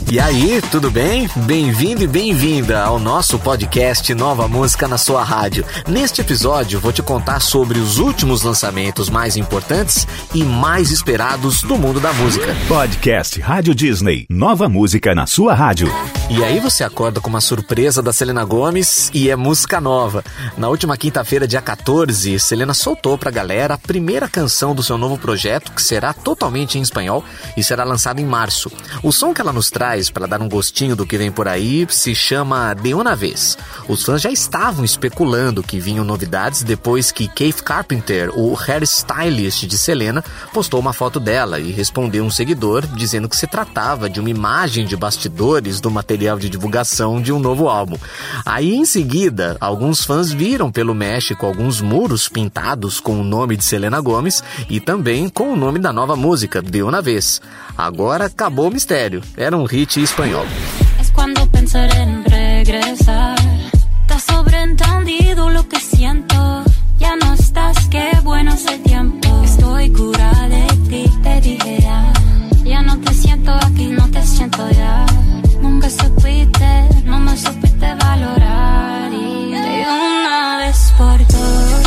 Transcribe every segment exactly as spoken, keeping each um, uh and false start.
E aí, tudo bem? Bem-vindo e bem-vinda ao nosso podcast Nova Música na sua rádio. Neste episódio, vou te contar sobre os últimos lançamentos mais importantes e mais esperados do mundo da música. Podcast Rádio Disney. Nova música na sua rádio. E aí você acorda com uma surpresa da Selena Gomez e é música nova. Na última quinta-feira, dia quatorze, Selena soltou pra galera a primeira canção do seu novo projeto, que será totalmente em espanhol e será lançado em março. O som que ela nos traz para dar um gostinho do que vem por aí se chama De Una Vez. Os fãs já estavam especulando que vinham novidades depois que Keith Carpenter, o hairstylist de Selena, postou uma foto dela e respondeu um seguidor dizendo que se tratava de uma imagem de bastidores do material de divulgação de um novo álbum. Aí em seguida, alguns fãs viram pelo México alguns muros pintados com o nome de Selena Gomez e também com o nome da nova música, De Una Vez. Agora acabou o mistério, era um hit espanhol. Es cuando pensaré en regresar. Está sobreentendido lo que siento. Ya no estás, qué bueno hace tiempo. Estoy curada de ti, te dije ya. Ya no te siento aquí, no te siento ya. Nunca supiste, no me supiste valorar. Y de una vez por todas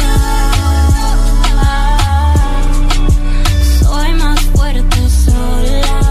soy más fuerte sola.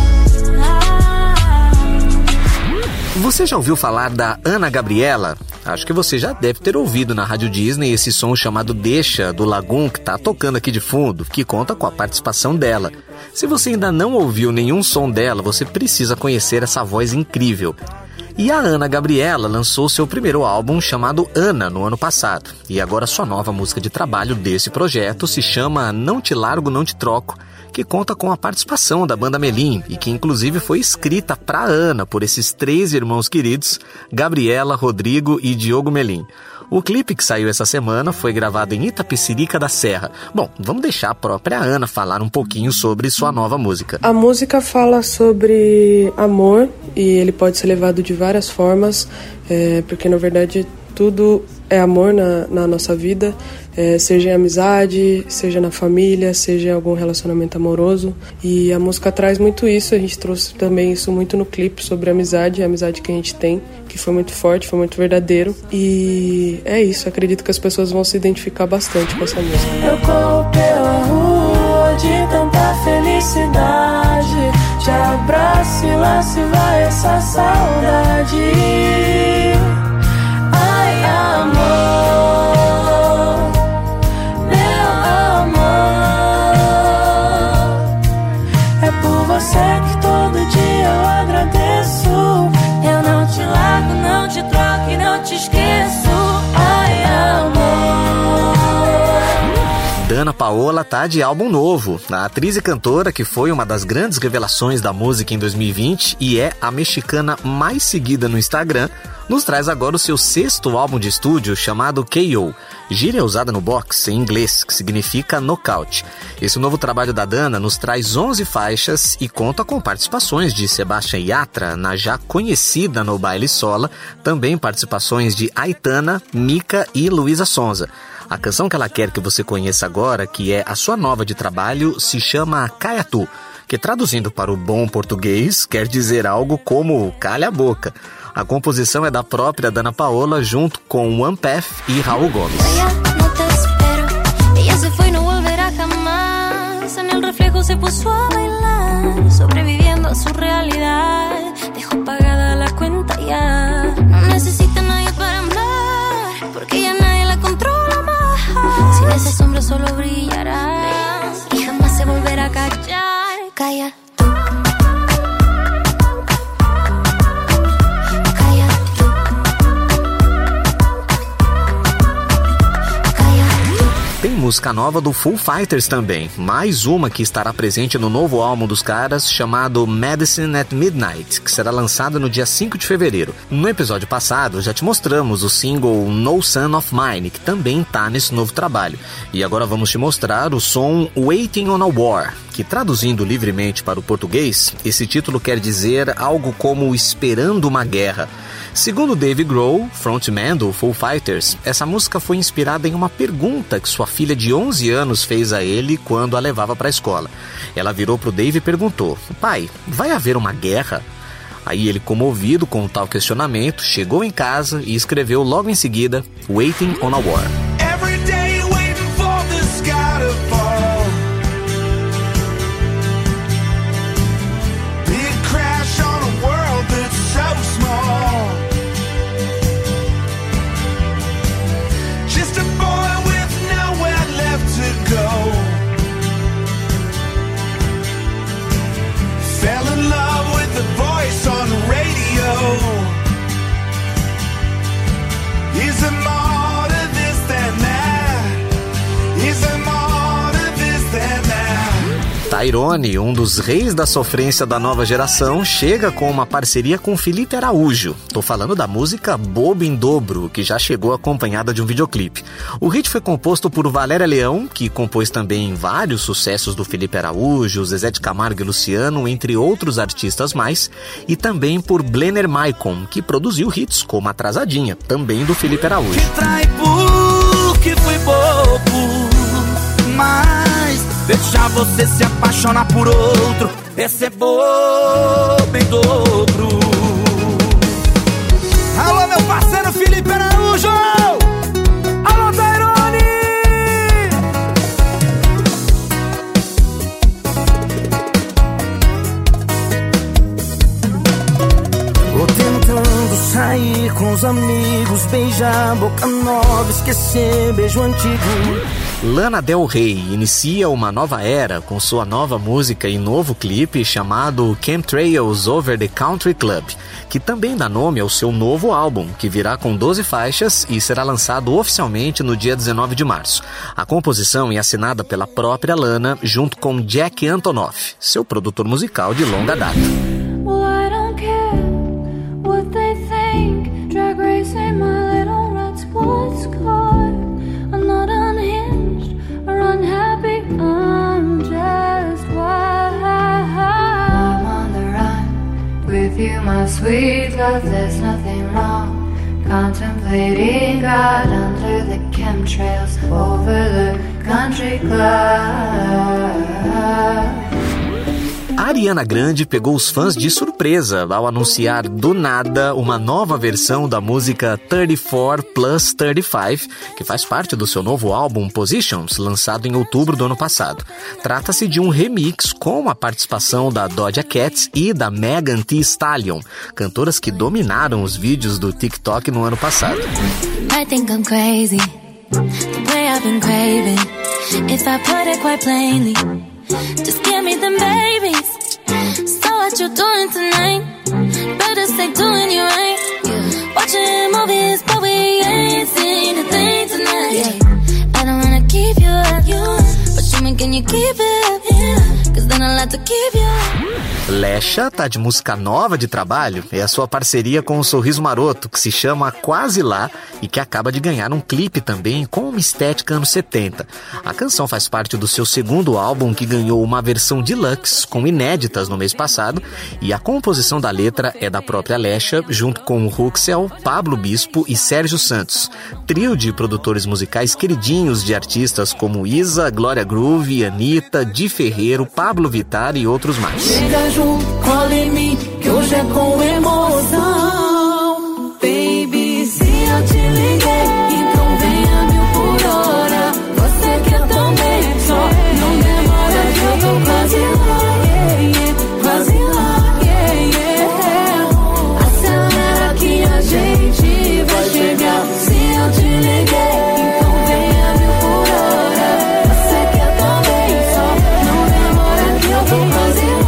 Você já ouviu falar da Ana Gabriela? Acho que você já deve ter ouvido na Rádio Disney esse som chamado Deixa, do Lagoon, que tá tocando aqui de fundo, que conta com a participação dela. Se você ainda não ouviu nenhum som dela, você precisa conhecer essa voz incrível. E a Ana Gabriela lançou seu primeiro álbum chamado Ana no ano passado. E agora sua nova música de trabalho desse projeto se chama Não Te Largo, Não Te Troco, que conta com a participação da banda Melim e que inclusive foi escrita para Ana por esses três irmãos queridos, Gabriela, Rodrigo e Diogo Melim. O clipe que saiu essa semana foi gravado em Itapecerica da Serra. Bom, vamos deixar a própria Ana falar um pouquinho sobre sua nova música. A música fala sobre amor e ele pode ser levado de várias formas, é, porque na verdade tudo é amor na, na nossa vida, é, seja em amizade, seja na família, seja em algum relacionamento amoroso. E a música traz muito isso, a gente trouxe também isso muito no clipe sobre a amizade, a amizade que a gente tem, que foi muito forte, foi muito verdadeiro. E é isso, acredito que as pessoas vão se identificar bastante com essa música. Eu corro pela rua de tanta felicidade, te abraço e lá se vai essa saudade. Ai, amor, meu amor, é por você que todo dia eu agradeço. Eu não te largo, não te troco e não te esqueço. Ai, amor. Dana Paola tá de álbum novo. A atriz e cantora, que foi uma das grandes revelações da música em dois mil e vinte e é a mexicana mais seguida no Instagram, nos traz agora o seu sexto álbum de estúdio chamado K O, gíria usada no boxe em inglês, que significa nocaute. Esse novo trabalho da Dana nos traz onze faixas e conta com participações de Sebastián Yatra na já conhecida No Baile Sola, também participações de Aitana, Mika e Luísa Sonza. A canção que ela quer que você conheça agora, que é a sua nova de trabalho, se chama Calla Tu, que traduzindo para o bom português quer dizer algo como calha a boca. A composição é da própria Dana Paola junto com One Path e Raul Gomes. Ella se fue y no volverá jamás. En el reflejo se puso a bailar, sobreviviendo a su realidad. Dejó pagada la cuenta ya. No necesita nadie para amar, porque ya nadie la controla más. Sin esa sombra solo brillará y jamás se volverá a callar. Calla. Tem música nova do Foo Fighters também, mais uma que estará presente no novo álbum dos caras chamado Medicine at Midnight, que será lançado no dia cinco de fevereiro. No episódio passado já te mostramos o single No Son of Mine, que também tá nesse novo trabalho. E agora vamos te mostrar o som Waiting on a War, que traduzindo livremente para o português, esse título quer dizer algo como Esperando uma Guerra. Segundo Dave Grohl, frontman do Foo Fighters, essa música foi inspirada em uma pergunta que sua filha de onze anos fez a ele quando a levava para a escola. Ela virou pro Dave e perguntou: "Pai, vai haver uma guerra?" Aí ele, comovido com o tal questionamento, chegou em casa e escreveu logo em seguida Waiting on a War. Every day waiting for the sky to fall. Big crash on a world that's so small. Just a boy with nowhere left to go. Fell in love with the voice on the radio. Is there more to this than that? Is there more to this than that? Tyrone, um dos reis da sofrência da nova geração, chega com uma parceria com Felipe Araújo. Tô falando da música Bobo em Dobro, que já chegou acompanhada de um videoclipe. O hit foi composto por Valéria Leão, que compôs também vários sucessos do Felipe Araújo, Zezé de Camargo e Luciano, entre outros artistas mais, e também por Blenner Maicon, que produziu hits como Atrasadinha, também do Felipe Araújo. Me trai porque fui bobo, mas deixar você se apaixonar por outro, esse é bobo em dobro. Alô, meu parceiro Felipe Araújo! Alô, Tyrone! Tô tentando sair com os amigos, beijar boca nova, esquecer beijo antigo. Lana Del Rey inicia uma nova era com sua nova música e novo clipe chamado Chemtrails Over the Country Club, que também dá nome ao seu novo álbum, que virá com doze faixas e será lançado oficialmente no dia dezenove de março. A composição é assinada pela própria Lana, junto com Jack Antonoff, seu produtor musical de longa data. Well, I don't care what they think. Drag racing my little red sports car. I'm not unhinged or unhappy. I'm just wild. I'm on the run with you, my sweet love. There's nothing wrong. Contemplating God under the chemtrails over the country club. A Ariana Grande pegou os fãs de surpresa ao anunciar do nada uma nova versão da música trinta e quatro plus trinta e cinco, que faz parte do seu novo álbum Positions, lançado em outubro do ano passado. Trata-se de um remix com a participação da Doja Cat e da Megan Thee Stallion, cantoras que dominaram os vídeos do TikTok no ano passado. I think I'm crazy, the way I've been craving. If I put it quite plainly, just give me them babies. So what you doing tonight? Better stay doing you right. Yeah. Watching movies, but we ain't seen a thing tonight. Yeah. I don't wanna keep you up, you, but show me can you keep it up? Yeah. Cause then I'll have to keep you up. Lesha tá de música nova de trabalho, é a sua parceria com o Sorriso Maroto, que se chama Quase Lá e que acaba de ganhar um clipe também com uma estética anos setenta. A canção faz parte do seu segundo álbum, que ganhou uma versão deluxe com inéditas no mês passado, e a composição da letra é da própria Lesha, junto com o Ruxel, Pablo Bispo e Sérgio Santos, trio de produtores musicais queridinhos de artistas como Isa, Glória Groove, Anitta, Di Ferreiro, Pablo Vittar e outros mais. Chega junto, cola em mim, que hoje é com emoção. Baby, se eu te liguei, então venha mil por hora. Você quer também, só não demora que eu tô quase lá, yeah, yeah, quase lá, yeah, yeah. Acelera que a gente vai chegar. Se eu te liguei, então venha mil por hora. Você quer também, só não demora que eu tô quase lá.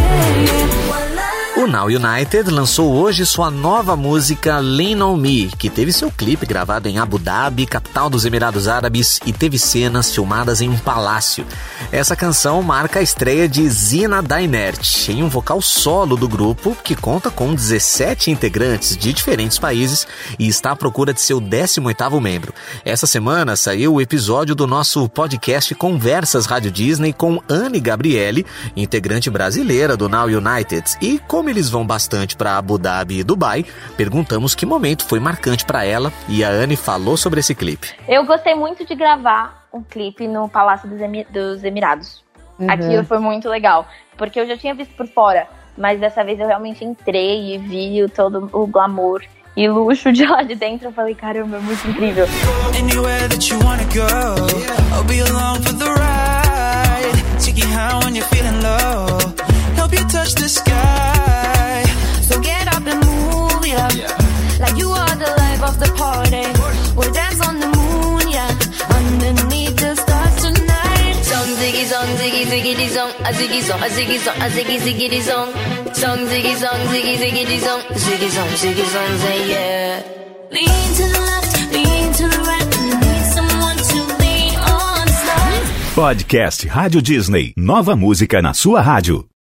O Now United lançou hoje sua nova música Lean On Me, que teve seu clipe gravado em Abu Dhabi, capital dos Emirados Árabes, e teve cenas filmadas em um palácio. Essa canção marca a estreia de Zina Dainert, em um vocal solo do grupo, que conta com dezessete integrantes de diferentes países e está à procura de seu décimo oitavo membro. Essa semana saiu o episódio do nosso podcast Conversas Rádio Disney com Anne Gabriele, integrante brasileira do Now United, e como eles vão bastante para Abu Dhabi e Dubai, perguntamos que momento foi marcante para ela, e a Anne falou sobre esse clipe. Eu gostei muito de gravar um clipe no Palácio dos, Emi- dos Emirados. Uhum. Aquilo foi muito legal, porque eu já tinha visto por fora mas dessa vez eu realmente entrei e vi o, todo o glamour e luxo de lá de dentro. Eu falei, caramba, é muito incrível. Anywhere that you wanna go, I'll be along for the ride. Take you high when you're feeling low, help you touch the sky. So get up and move, yeah, like you are the life of the party. We'll dance on the moon, yeah, underneath the stars tonight. Song ziggy song ziggy ziggy song, a ziggy song, a ziggy song, a ziggy ziggy song. Song ziggy song ziggy ziggy song, ziggy song ziggy song, say yeah. Lean to the left, lean to the right, need someone to lean on. Podcast Rádio Disney. Nova música na sua rádio.